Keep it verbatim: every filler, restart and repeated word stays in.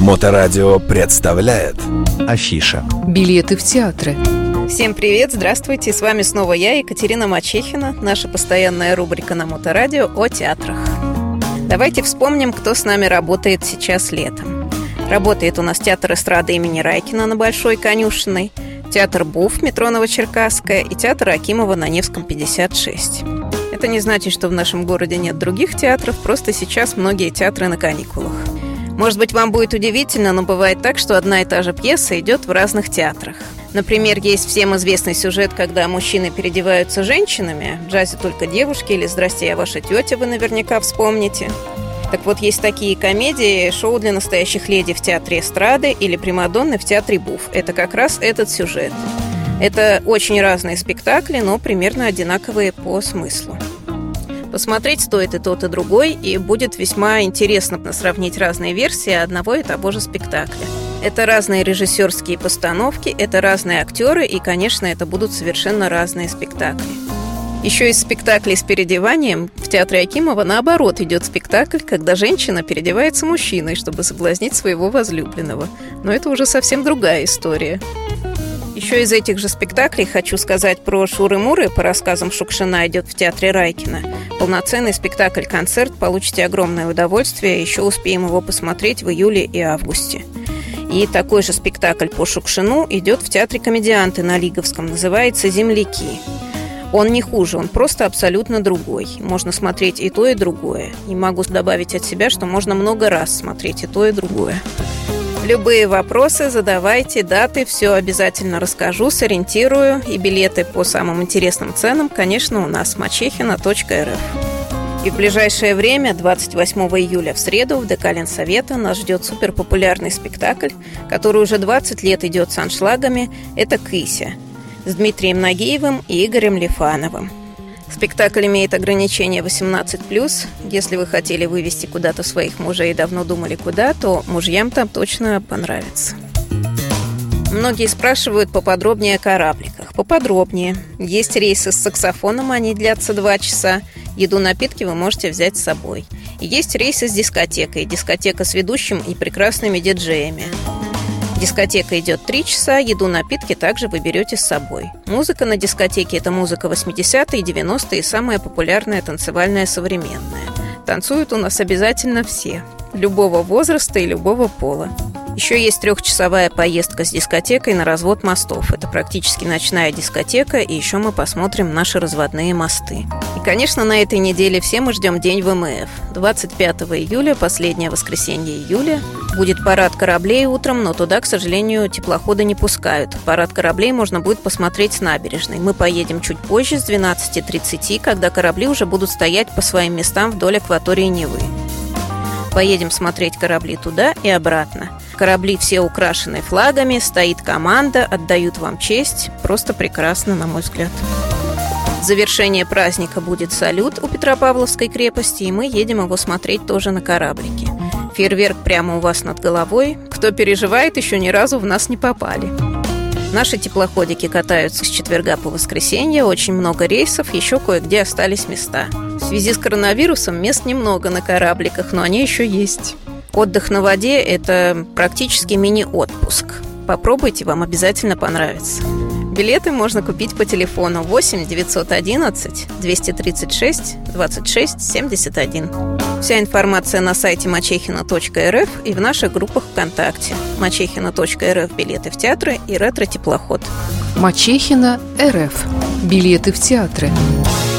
Моторадио представляет Афиша. Билеты в театры. Всем привет, здравствуйте, с вами снова я, Екатерина Мачехина, наша постоянная рубрика на Моторадио о театрах. Давайте вспомним, кто с нами работает сейчас летом. Работает у нас театр эстрады имени Райкина на Большой Конюшенной, театр БУФ метро Новочеркасская и театр Акимова на Невском пятьдесят шесть. Это не значит, что в нашем городе нет других театров, просто сейчас многие театры на каникулах. Может быть, вам будет удивительно, но бывает так, что одна и та же пьеса идет в разных театрах. Например, есть всем известный сюжет, когда мужчины переодеваются женщинами, в джазе только девушки, или «Здрасте, я ваша тетя», вы наверняка вспомните. Так вот, есть такие комедии, шоу для настоящих леди в театре эстрады или примадонны в театре БУФ. Это как раз этот сюжет. Это очень разные спектакли, но примерно одинаковые по смыслу. Посмотреть стоит и тот, и другой, и будет весьма интересно сравнить разные версии одного и того же спектакля. Это разные режиссерские постановки, это разные актеры, и, конечно, это будут совершенно разные спектакли. Еще из спектаклей с переодеванием в театре Акимова наоборот идет спектакль, когда женщина переодевается мужчиной, чтобы соблазнить своего возлюбленного. Но это уже совсем другая история. Еще из этих же спектаклей хочу сказать про «Шуры-муры» по рассказам Шукшина идет в театре Райкина. Полноценный спектакль-концерт, получите огромное удовольствие, еще успеем его посмотреть в июле и августе. И такой же спектакль по Шукшину идет в театре «Комедианты» на Лиговском, называется «Земляки». Он не хуже, он просто абсолютно другой. Можно смотреть и то, и другое. И могу добавить от себя, что можно много раз смотреть и то, и другое. Любые вопросы задавайте, даты, все обязательно расскажу, сориентирую. И билеты по самым интересным ценам, конечно, у нас мачехина точка эр эф. И в ближайшее время, двадцать восьмого июля в среду, в ДК Ленсовета нас ждет суперпопулярный спектакль, который уже двадцать лет идет с аншлагами. Это «Кыся» с Дмитрием Нагиевым и Игорем Лифановым. Спектакль имеет ограничение восемнадцать плюс. Если вы хотели вывести куда-то своих мужей и давно думали куда, то мужьям там точно понравится. Многие спрашивают поподробнее о корабликах. Поподробнее. Есть рейсы с саксофоном, они длятся два часа. Еду, напитки вы можете взять с собой. И есть рейсы с дискотекой. Дискотека с ведущим и прекрасными диджеями. Дискотека идет три часа, еду, напитки также вы берете с собой. Музыка на дискотеке – это музыка восьмидесятые, девяностые и самая популярная танцевальная современная. Танцуют у нас обязательно все, любого возраста и любого пола. Еще есть трехчасовая поездка с дискотекой на развод мостов. Это практически ночная дискотека, и еще мы посмотрим наши разводные мосты. И, конечно, на этой неделе все мы ждем День вэ эм эф. двадцать пятого июля, последнее воскресенье июля, будет парад кораблей утром, но туда, к сожалению, теплоходы не пускают. Парад кораблей можно будет посмотреть с набережной. Мы поедем чуть позже, с двенадцати тридцати, когда корабли уже будут стоять по своим местам вдоль акватории Невы. Поедем смотреть корабли туда и обратно. Корабли все украшены флагами, стоит команда, отдают вам честь. Просто прекрасно, на мой взгляд. В завершение праздника будет салют у Петропавловской крепости, и мы едем его смотреть тоже на кораблике. Фейерверк прямо у вас над головой. Кто переживает, еще ни разу в нас не попали. Наши теплоходики катаются с четверга по воскресенье, очень много рейсов, еще кое-где остались места. В связи с коронавирусом мест немного на корабликах, но они еще есть. Отдых на воде – это практически мини-отпуск. Попробуйте, вам обязательно понравится. Билеты можно купить по телефону восемь девятьсот одиннадцать двести тридцать шесть двадцать шесть семьдесят один. Вся информация на сайте мачехина точка эр эф и в наших группах ВКонтакте. мачехина точка эр эф билеты в театры и ретро-теплоход. Мачехина точка эр эф билеты в театры.